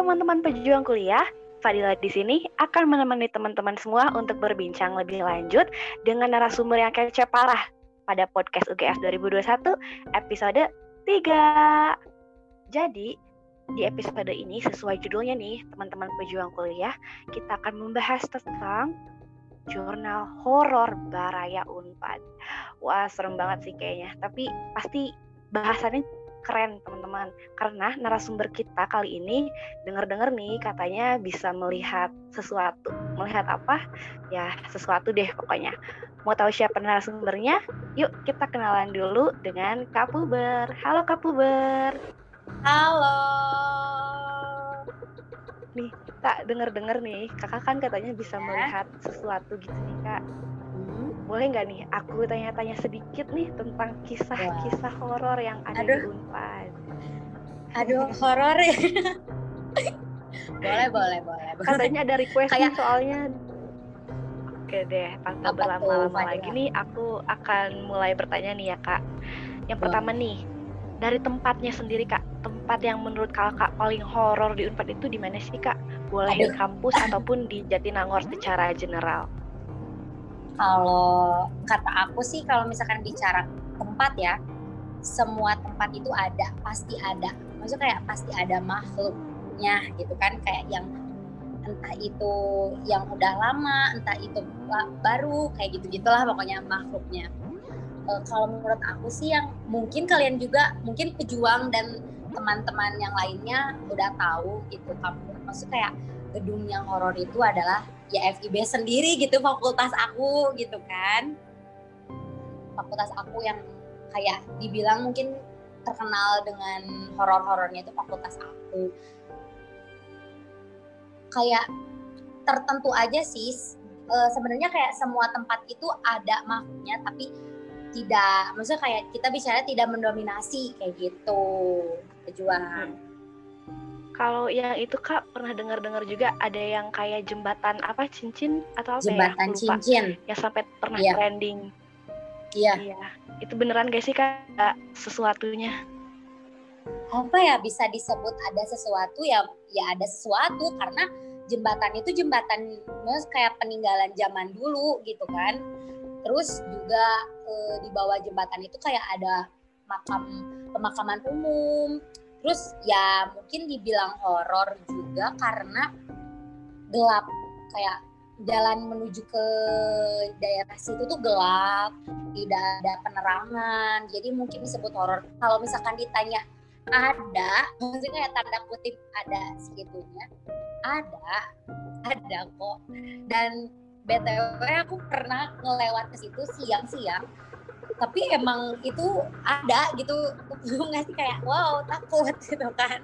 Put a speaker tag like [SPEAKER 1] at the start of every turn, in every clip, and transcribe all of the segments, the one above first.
[SPEAKER 1] teman-teman pejuang kuliah, Fadila di sini akan menemani teman-teman semua untuk berbincang lebih lanjut dengan narasumber yang kece parah pada podcast UGF 2021 episode 3. Jadi, di episode ini sesuai judulnya nih, teman-teman pejuang kuliah, kita akan membahas tentang jurnal horor Baraya Unpad. Wah, serem banget sih kayaknya, tapi pasti bahasannya keren teman-teman, karena narasumber kita kali ini dengar-dengar nih katanya bisa melihat sesuatu. Melihat apa? Ya sesuatu deh pokoknya. Mau tahu siapa narasumbernya? Yuk kita kenalan dulu dengan Kak Puber. Halo Kak Puber.
[SPEAKER 2] Halo.
[SPEAKER 1] Nih Kak, dengar-dengar nih kakak kan katanya bisa melihat sesuatu gitu nih Kak. Boleh nggak nih aku tanya-tanya sedikit nih tentang kisah-kisah horor yang ada di Unpad?
[SPEAKER 2] Aduh, horor ya. boleh.
[SPEAKER 1] Katanya ada request nih soalnya. Oke deh, tanpa
[SPEAKER 2] Apa
[SPEAKER 1] berlama-lama lagi nih, aku akan mulai bertanya nih ya Kak. Yang pertama nih, dari tempatnya sendiri Kak, tempat yang menurut kakak paling horor di Unpad itu di mana sih Kak? Boleh di kampus ataupun di Jatinangor secara general.
[SPEAKER 2] Kalau kata aku sih, kalau misalkan bicara tempat ya, semua tempat itu ada, pasti ada. Maksudnya kayak pasti ada makhluknya gitu kan, kayak yang entah itu yang udah lama, entah itu baru, kayak gitu-gitulah pokoknya makhluknya. Kalau menurut aku sih yang mungkin kalian juga, mungkin pejuang dan teman-teman yang lainnya udah tahu gitu, maksudnya kayak gedung yang horor itu adalah ya FIB sendiri gitu, fakultas aku gitu kan. Fakultas aku yang kayak dibilang mungkin terkenal dengan horor-horornya itu fakultas aku. Kayak tertentu aja sih, sebenarnya kayak semua tempat itu ada makhluknya, tapi tidak, maksudnya kayak kita bicara tidak mendominasi kayak gitu, pejuang.
[SPEAKER 1] Kalau yang itu Kak pernah dengar-dengar juga ada yang kayak jembatan apa cincin atau apa
[SPEAKER 2] jembatan
[SPEAKER 1] ya? Lupa.
[SPEAKER 2] Cincin.
[SPEAKER 1] Yang sampai pernah trending.
[SPEAKER 2] Iya.
[SPEAKER 1] Itu beneran gak sih Kak sesuatunya?
[SPEAKER 2] Apa ya, bisa disebut ada sesuatu ya ada sesuatu, karena jembatan itu jembatan kayak peninggalan zaman dulu gitu kan. Terus juga di bawah jembatan itu kayak ada pemakaman umum. Terus ya mungkin dibilang horor juga karena gelap, kayak jalan menuju ke daerah situ tuh gelap, tidak ada penerangan, jadi mungkin disebut horor. Kalau misalkan ditanya ada, maksudnya kayak tanda kutip ada segitunya, ada kok. Dan BTW aku pernah ngelewat ke situ siang-siang, tapi emang itu ada gitu, nggak sih, kayak wow takut gitu kan.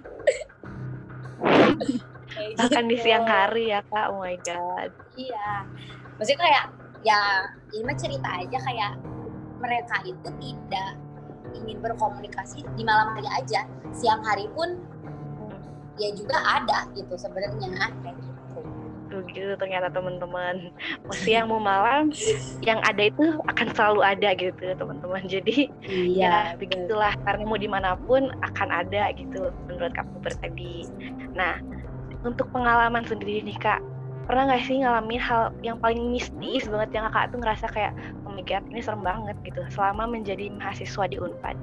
[SPEAKER 1] Bahkan di siang hari ya Kak, oh my god.
[SPEAKER 2] Iya, maksudnya kayak ya ini mah cerita aja, kayak mereka itu tidak ingin berkomunikasi di malam hari aja, siang hari pun ya juga ada gitu sebenarnya, kayak gitu.
[SPEAKER 1] Gitu ternyata teman-teman, mau siang mau malam yang ada itu akan selalu ada gitu teman-teman. Jadi ya begitulah, karena mau dimanapun akan ada gitu menurut Kak Puber tadi. Nah untuk pengalaman sendiri nih Kak, pernah nggak sih ngalamin hal yang paling mistis banget yang Kakak tuh ngerasa kayak oh my god ini serem banget gitu selama menjadi mahasiswa di Unpad?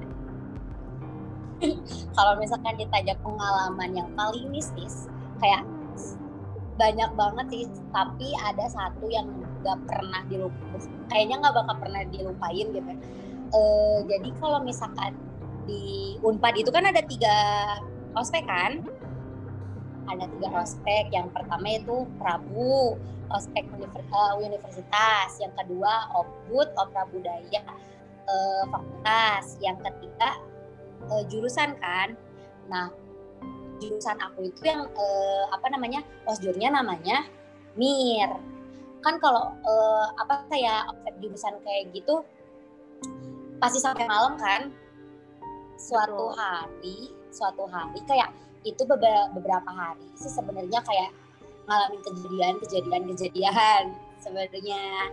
[SPEAKER 2] Kalau misalkan ditanya pengalaman yang paling mistis, kayak banyak banget sih, tapi ada satu yang nggak pernah dilupain, kayaknya nggak bakal pernah dilupain gitu. Jadi kalau misalkan di Unpad itu kan ada 3 ospek kan, ada 3 ospek. Yang pertama itu Prabu, ospek universitas, yang kedua Opbud, Opera Budaya fakultas, yang ketiga jurusan kan. Nah jurusan aku itu yang osjurnya namanya MIR kan. Kalau kayak jurusan kayak gitu pasti sampai malam kan. Suatu hari kayak itu beberapa hari sih sebenarnya kayak ngalamin kejadian sebenarnya.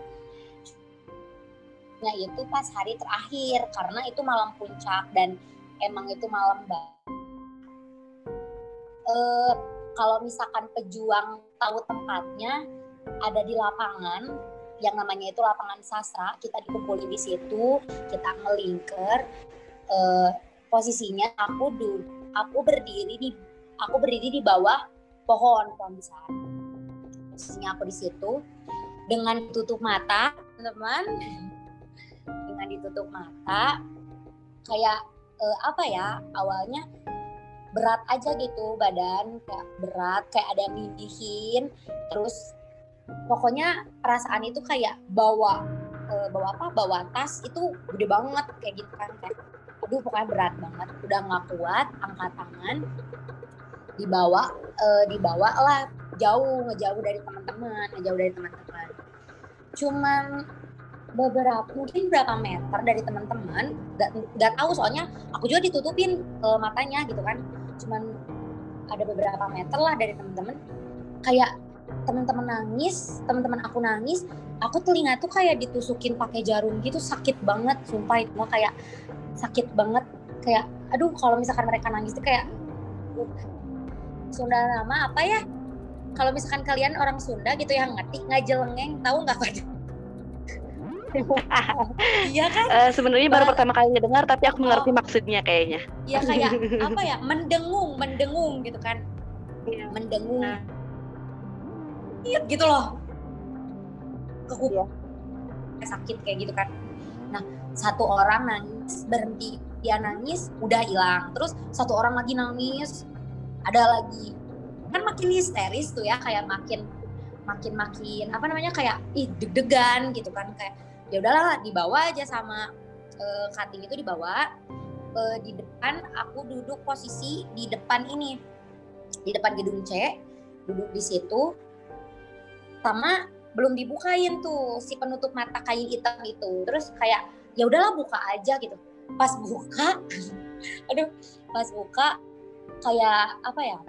[SPEAKER 2] Nah itu pas hari terakhir, karena itu malam puncak dan emang itu malam banget. kalau misalkan pejuang tahu tempatnya, ada di lapangan yang namanya itu lapangan sastra. Kita dikumpulin di situ, kita ngelingker. Posisinya aku berdiri di bawah pohon besar. Posisinya aku di situ dengan tutup mata, teman-teman. Dengan ditutup mata, kayak awalnya berat aja gitu badan, kayak berat, kayak ada yang nindihin. Terus pokoknya perasaan itu kayak bawa tas itu gede banget kayak gitu kan, kayak aduh pokoknya berat banget, udah nggak kuat, angkat tangan, dibawa lah ngejauh dari teman-teman. Cuman mungkin berapa meter dari teman-teman, nggak tahu soalnya aku juga ditutupin matanya gitu kan. Cuman ada beberapa meter lah dari teman-teman, kayak teman-teman aku nangis, aku telinga tuh kayak ditusukin pakai jarum gitu, sakit banget sumpah, itu mah kayak sakit banget, kayak aduh kalau misalkan mereka nangis tuh kayak Sunda nama apa ya, kalau misalkan kalian orang Sunda gitu yang ngerti, ngajelengeng, tahu nggak Pak? Iya kan?
[SPEAKER 1] Sebenarnya baru pertama kali dengar, tapi aku mengerti maksudnya kayaknya.
[SPEAKER 2] Iya kayak apa ya, mendengung gitu kan? Iya. Mendengung. Gitu loh. Sakit kayak gitu kan. Nah, satu orang nangis, berhenti, dia nangis, udah hilang. Terus satu orang lagi nangis, ada lagi. Kan makin histeris tuh ya, kayak makin apa namanya, kayak deg-degan gitu kan, kayak ya udahlah dibawa aja sama cutting itu dibawa di depan. Aku duduk posisi di depan ini, di depan gedung C, duduk di situ, sama belum dibukain tuh si penutup mata kain hitam itu. Terus kayak ya udahlah buka aja gitu. Pas buka kayak apa ya,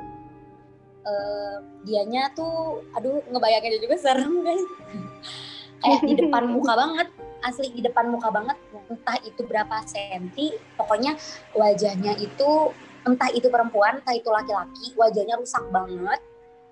[SPEAKER 2] dianya tuh ngebayanginnya juga serem guys. Kayak di depan muka banget, asli di depan muka banget, entah itu berapa senti, pokoknya wajahnya itu, entah itu perempuan, entah itu laki-laki, wajahnya rusak banget,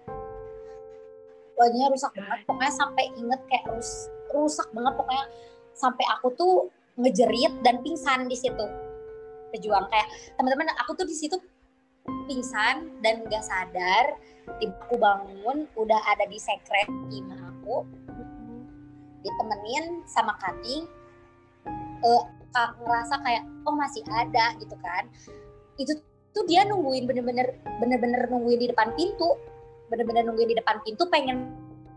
[SPEAKER 2] pokoknya sampai inget kayak rusak banget, pokoknya sampai aku tuh ngejerit dan pingsan di situ. Pejuang kayak teman-teman, aku tuh di situ pingsan dan nggak sadar. Tiba aku bangun, udah ada di sekret ima aku, ditemenin sama cutting. Ngerasa kayak masih ada gitu kan. Itu tuh dia nungguin, bener-bener nungguin di depan pintu, pengen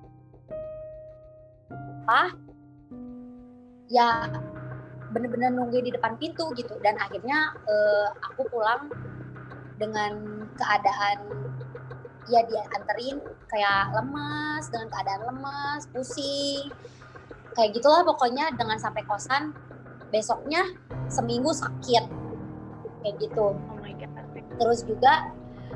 [SPEAKER 2] apa ya, bener-bener nungguin di depan pintu gitu. Dan akhirnya aku pulang dengan keadaan ya dia anterin kayak lemas, dengan keadaan lemas, pusing, kayak gitulah pokoknya, dengan sampai kosan. Besoknya seminggu sakit kayak gitu.
[SPEAKER 1] Oh my god.
[SPEAKER 2] Terus juga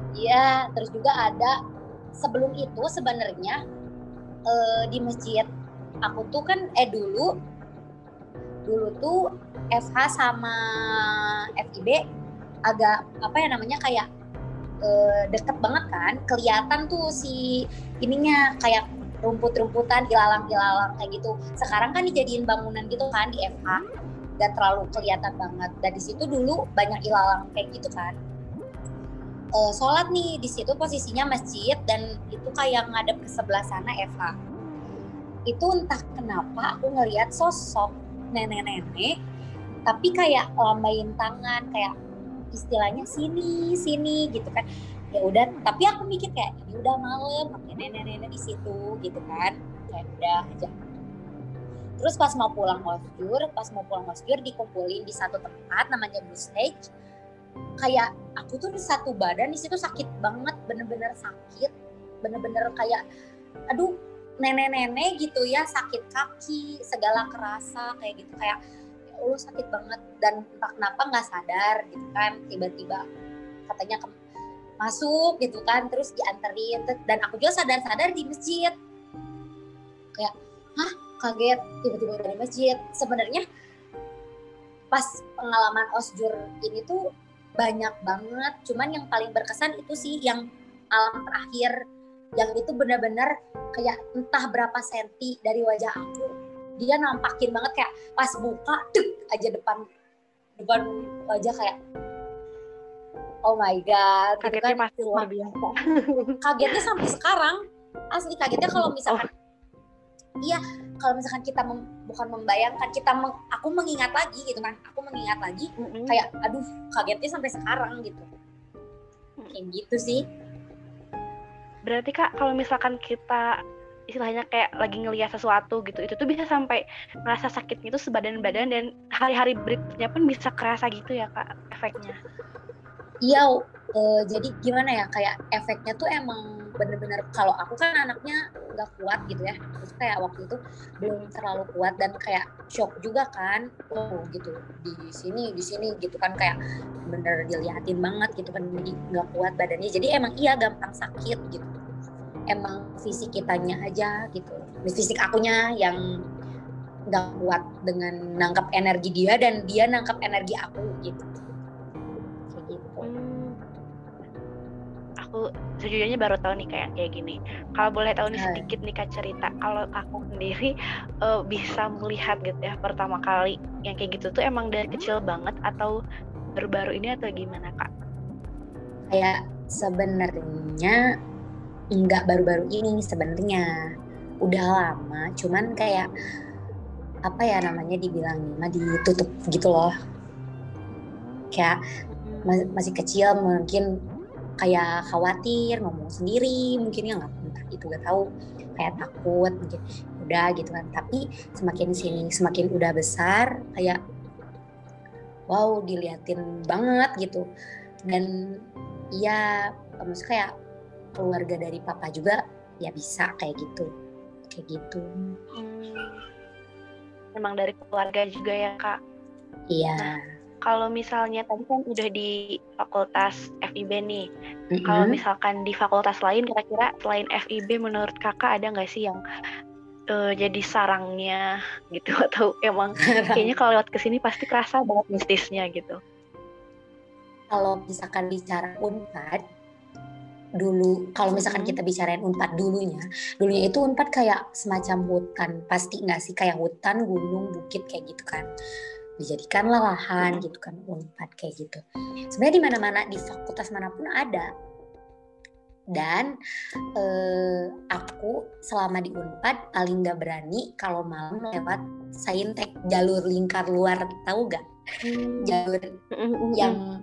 [SPEAKER 2] ada sebelum itu sebenarnya di masjid aku tuh kan dulu tuh FH sama FIB agak apa ya namanya, kayak deket banget kan, kelihatan tuh si ininya, kayak rumput-rumputan, ilalang-ilalang kayak gitu. Sekarang kan dijadiin bangunan gitu kan di FH, gak terlalu kelihatan banget. Dan di situ dulu banyak ilalang kayak gitu kan. Sholat nih di situ posisinya masjid, dan itu kayak ngadep ke sebelah sana FH. Itu entah kenapa aku ngelihat sosok nenek-nenek, tapi kayak lambain tangan, kayak istilahnya sini gitu kan. Ya udah, tapi aku mikir kayak ini udah malam, pakai nenek-nenek di situ gitu kan, kayak udah aja. Terus pas mau pulang osjur dikumpulin di satu tempat namanya Blue Stage. Kayak aku tuh di satu badan di situ sakit banget, bener-bener sakit, bener-bener kayak aduh nenek-nenek gitu ya, sakit kaki, segala kerasa kayak gitu, kayak sakit banget. Dan entah kenapa nggak sadar gitu kan, tiba-tiba katanya masuk gitu kan, terus dianterin, dan aku juga sadar di masjid, kayak kaget tiba-tiba udah di masjid. Sebenarnya pas pengalaman osjur ini tuh banyak banget, cuman yang paling berkesan itu sih yang alam terakhir yang itu benar-benar kayak entah berapa senti dari wajah aku, dia nampakin banget kayak pas buka dek aja depan wajah kayak oh my god gitu
[SPEAKER 1] Kagetnya
[SPEAKER 2] kan.
[SPEAKER 1] pasti luar biasa.
[SPEAKER 2] Kagetnya sampai sekarang, asli kagetnya kalau misalkan iya, kalau misalkan kita bukan membayangkan, aku mengingat lagi gitu kan, kayak aduh kagetnya sampai sekarang gitu. Kayak gitu sih.
[SPEAKER 1] Berarti Kak, kalau misalkan kita istilahnya kayak lagi ngelihat sesuatu gitu, itu tuh bisa sampai ngerasa sakitnya itu sebadan-badan dan hari-hari berikutnya pun bisa kerasa gitu ya Kak efeknya.
[SPEAKER 2] Iya, jadi gimana ya, kayak efeknya tuh emang bener-bener, kalau aku kan anaknya nggak kuat gitu ya, terus kayak waktu itu belum terlalu kuat dan kayak shock juga kan, gitu di sini gitu kan, kayak bener diliatin banget gitu kan, jadi nggak kuat badannya, jadi emang iya gampang sakit gitu, emang fisik kitanya aja gitu, fisik akunya yang nggak kuat dengan nangkap energi dia dan dia nangkap energi aku gitu.
[SPEAKER 1] Aku sejujurnya baru tahu nih kayak gini. Kalau boleh tahu nih sedikit nih Kak cerita, kalau aku sendiri bisa melihat gitu ya pertama kali yang kayak gitu tuh emang dari kecil banget atau baru-baru ini atau gimana Kak?
[SPEAKER 2] Kayak sebenarnya nggak baru-baru ini sebenarnya, udah lama, cuman kayak apa ya namanya, dibilangnya ditutup gitu loh, kayak masih kecil mungkin kayak khawatir ngomong sendiri mungkin ya, nggak itu nggak tahu, kayak takut mungkin udah gitu kan, tapi semakin udah besar kayak wow diliatin banget gitu, dan ya maksudnya kayak keluarga dari papa juga ya bisa kayak gitu.
[SPEAKER 1] Emang dari keluarga juga ya Kak?
[SPEAKER 2] Iya.
[SPEAKER 1] Nah, kalau misalnya tadi kan udah di fakultas FIB nih, kalau misalkan di fakultas lain kira-kira selain FIB menurut kakak ada nggak sih yang jadi sarangnya gitu, atau emang kayaknya kalau lewat kesini pasti kerasa banget mistisnya gitu?
[SPEAKER 2] Kalau misalkan bicara Unpad dulu, kalau misalkan kita bicarain Unpad dulunya itu Unpad kayak semacam hutan, pasti nggak sih, kayak hutan, gunung, bukit kayak gitu kan, dijadikanlah lahan gitu kan Unpad kayak gitu. Sebenarnya di mana-mana di fakultas manapun ada. Dan aku selama di Unpad paling nggak berani kalau malam lewat Saintek, jalur lingkar luar, tahu gak? Jalur yang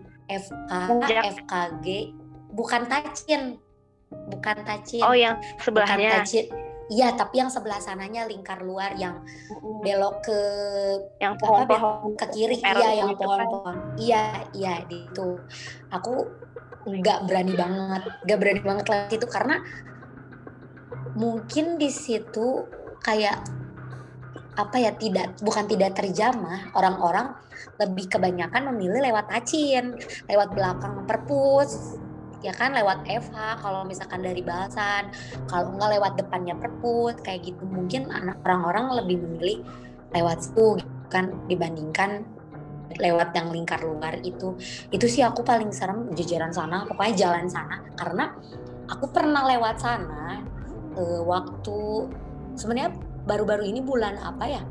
[SPEAKER 2] FKG, bukan Tacin.
[SPEAKER 1] Oh, yang sebelahnya.
[SPEAKER 2] Iya, tapi yang sebelah sananya lingkar luar yang belok ke
[SPEAKER 1] yang pohon-pohon
[SPEAKER 2] ke kiri, iya yang pohon-pohon. Iya itu. Aku nggak berani banget lewat itu, karena mungkin di situ kayak apa ya, bukan tidak terjamah, orang-orang lebih kebanyakan memilih lewat Tacin, lewat belakang perpus ya kan, lewat FH kalau misalkan dari Balsan, kalau nggak lewat depannya perpus kayak gitu. Mungkin orang-orang lebih memilih lewat situ gitu kan, dibandingkan lewat yang lingkar luar itu sih aku paling serem jajaran sana, pokoknya jalan sana, karena aku pernah lewat sana waktu sebenarnya baru-baru ini bulan apa ya,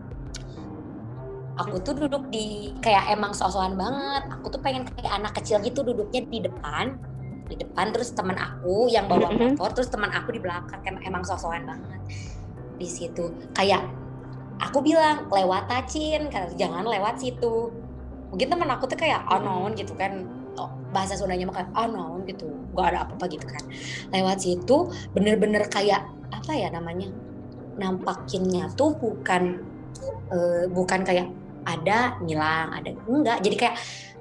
[SPEAKER 2] aku tuh duduk di kayak emang so-soan banget, aku tuh pengen kayak anak kecil gitu duduknya di depan, terus teman aku yang bawa motor, terus teman aku di belakang, kayak emang so-soan banget di situ. Kayak aku bilang lewat Tacin, jangan lewat situ. Mungkin teman aku tuh kayak naon gitu kan, bahasa Sundanya mah naon gitu, gak ada apa-apa gitu kan. Lewat situ bener-bener kayak apa ya namanya, nampakinnya tuh bukan kayak ada ngilang, ada enggak, jadi kayak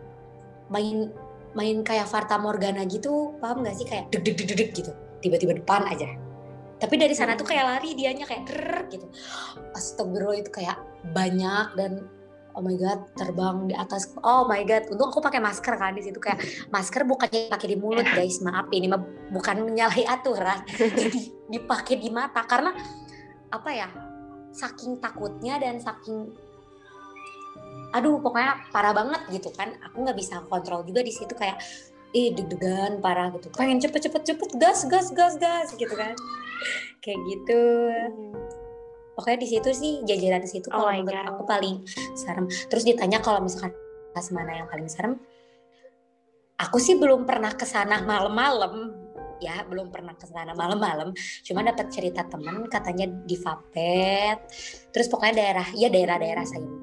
[SPEAKER 2] main kayak Fata Morgana gitu, paham gak sih, kayak deg gitu, tiba-tiba depan aja. Tapi dari sana tuh kayak lari dianya kayak gitu. Astagfirullah, itu kayak banyak, dan oh my god, terbang di atas. Oh my god, untung aku pakai masker kan di situ, kayak masker bukannya pakai di mulut guys, maaf ini mah bukan menyalahi aturan. Jadi dipakai di mata, karena apa ya, saking takutnya dan saking aduh pokoknya parah banget gitu kan, aku nggak bisa kontrol juga di situ, kayak deg-degan parah gitu, pengen cepet gas gitu kan. Kayak gitu. Pokoknya di situ sih, jajaran di situ kalau menurut aku paling serem. Terus ditanya kalau misalkan kelas mana yang paling serem, aku sih belum pernah kesana malam-malam. Ya, belum pernah kesana malam-malam. Cuma dapat cerita teman katanya di Vapet. Terus pokoknya daerah-daerah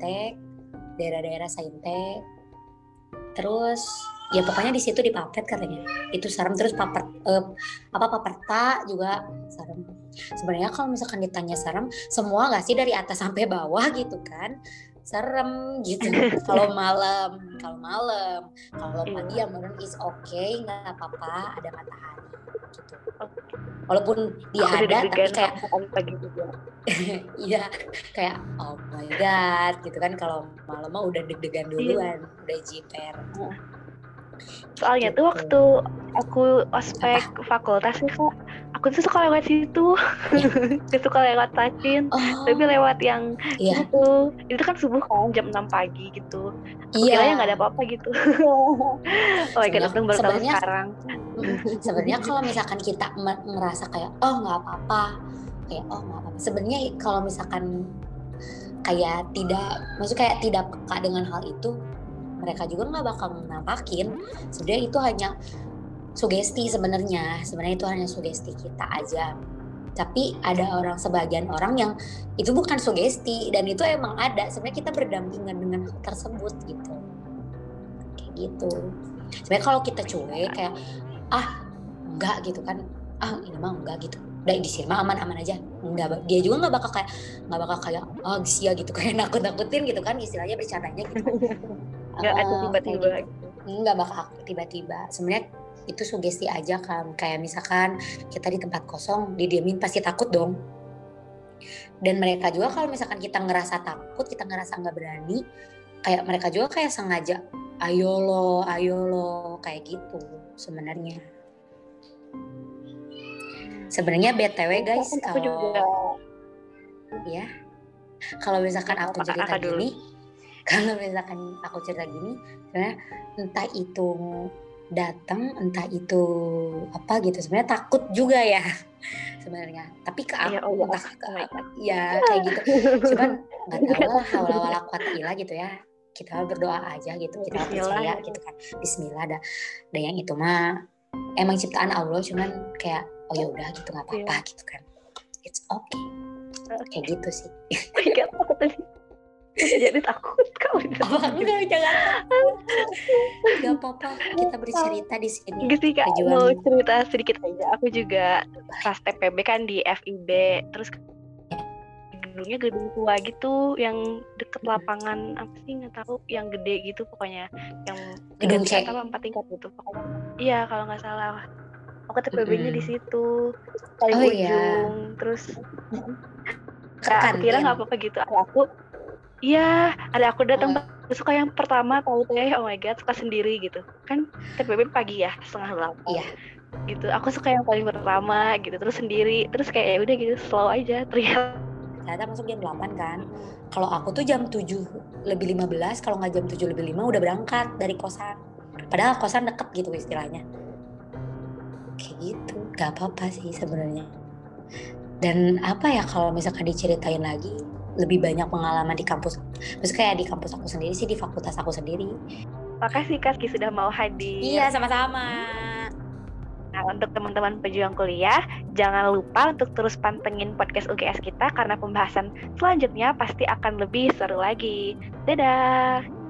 [SPEAKER 2] Saintek. Terus ya pokoknya di situ di Vapet katanya. Itu serem. Terus Paperta juga serem. Sebenarnya kalau misalkan ditanya serem, semua nggak sih dari atas sampai bawah gitu kan? Serem gitu. Kalau malam, kalau pagi ya menurut is okay, nggak apa-apa, ada matahari gitu. Walaupun dia ada tapi kayak
[SPEAKER 1] pagi juga.
[SPEAKER 2] Iya, kayak oh my god gitu kan, kalau malam mah udah deg-degan duluan, udah jiper.
[SPEAKER 1] Soalnya tuh waktu aku ospek fakultas sih Kak, aku tuh suka lewat situ. Suka lewat Tacin, tapi lewat yang itu kan subuh kan, jam 6 pagi gitu. Aku kiranya nggak ada apa-apa gitu. Oh my god, untung baru tahu sekarang.
[SPEAKER 2] Sebenarnya kalau misalkan kita ngerasa kayak nggak apa-apa, sebenarnya kalau misalkan kayak tidak peka dengan hal itu, mereka juga nggak bakal nampakin. Sebenarnya itu hanya sugesti sebenarnya itu hanya sugesti kita aja. Tapi ada sebagian orang yang itu bukan sugesti dan itu emang ada. Sebenarnya kita berdampingan dengan hal tersebut gitu. Kayak gitu. Sebenarnya kalau kita cuek kayak enggak gitu kan, ini mah enggak gitu. Udah di sini mah aman-aman aja. Enggak, dia juga nggak bakal kayak sia gitu, kayak nakut-nakutin gitu kan, istilahnya bercandanya gitu.
[SPEAKER 1] Nggak ada tiba-tiba
[SPEAKER 2] gitu. Nggak bakal tiba-tiba. Sebenarnya itu sugesti aja kan, kayak misalkan kita di tempat kosong didiemin pasti takut dong. Dan mereka juga kalau misalkan kita ngerasa takut, kita ngerasa nggak berani, kayak mereka juga kayak sengaja ayo lo kayak gitu sebenarnya. Sebenarnya BTW guys, kalau misalkan aku cerita gini, sebenarnya entah itu datang, entah itu apa gitu, sebenarnya takut juga ya sebenarnya. Tapi ke aku kayak gitu. Cuman nggak tahu lah, wala quwata illa gitu ya. Kita berdoa aja gitu, kita percaya gitu kan. Bismillah, ada yang itu mah emang ciptaan Allah, cuman kayak ya udah gitu, nggak apa-apa gitu kan. It's okay. Kayak gitu sih.
[SPEAKER 1] Jadi takut kau.
[SPEAKER 2] Enggak, jangan takut. Gak apa-apa, kita bercerita di sini.
[SPEAKER 1] Gitu Kak, mau cerita sedikit aja. Aku juga pas TPB kan di FIB, terus gedungnya gedung tua gitu, yang deket lapangan apa sih nggak tahu, yang gede gitu pokoknya, yang
[SPEAKER 2] gedung C
[SPEAKER 1] atau 4 tingkat gitu pokoknya. Iya kalau nggak salah. Aku TPB-nya di situ paling ujung. Terus Kak, kira nggak apa-apa gitu. Ada aku datang suka yang pertama tahu tuh ya, oh my god, suka sendiri gitu kan, TPB pagi ya 7:30 gitu. Aku suka yang paling pertama gitu, terus sendiri, terus kayak ya udah gitu slow aja.
[SPEAKER 2] Ternyata masuk jam 8 kan. Kalau aku tuh jam 7:15, kalau nggak jam 7:05 udah berangkat dari kosan. Padahal kosan deket gitu istilahnya. Kayak gitu, gak apa-apa sih sebenarnya. Dan apa ya, kalau misalkan diceritain lagi, lebih banyak pengalaman di kampus. Maksudnya kayak di kampus aku sendiri sih, di fakultas aku sendiri.
[SPEAKER 1] Makasih Kaski sudah mau hadir.
[SPEAKER 2] Iya, sama-sama.
[SPEAKER 1] Nah, untuk teman-teman pejuang kuliah, jangan lupa untuk terus pantengin podcast UGS kita, karena pembahasan selanjutnya pasti akan lebih seru lagi. Dadah!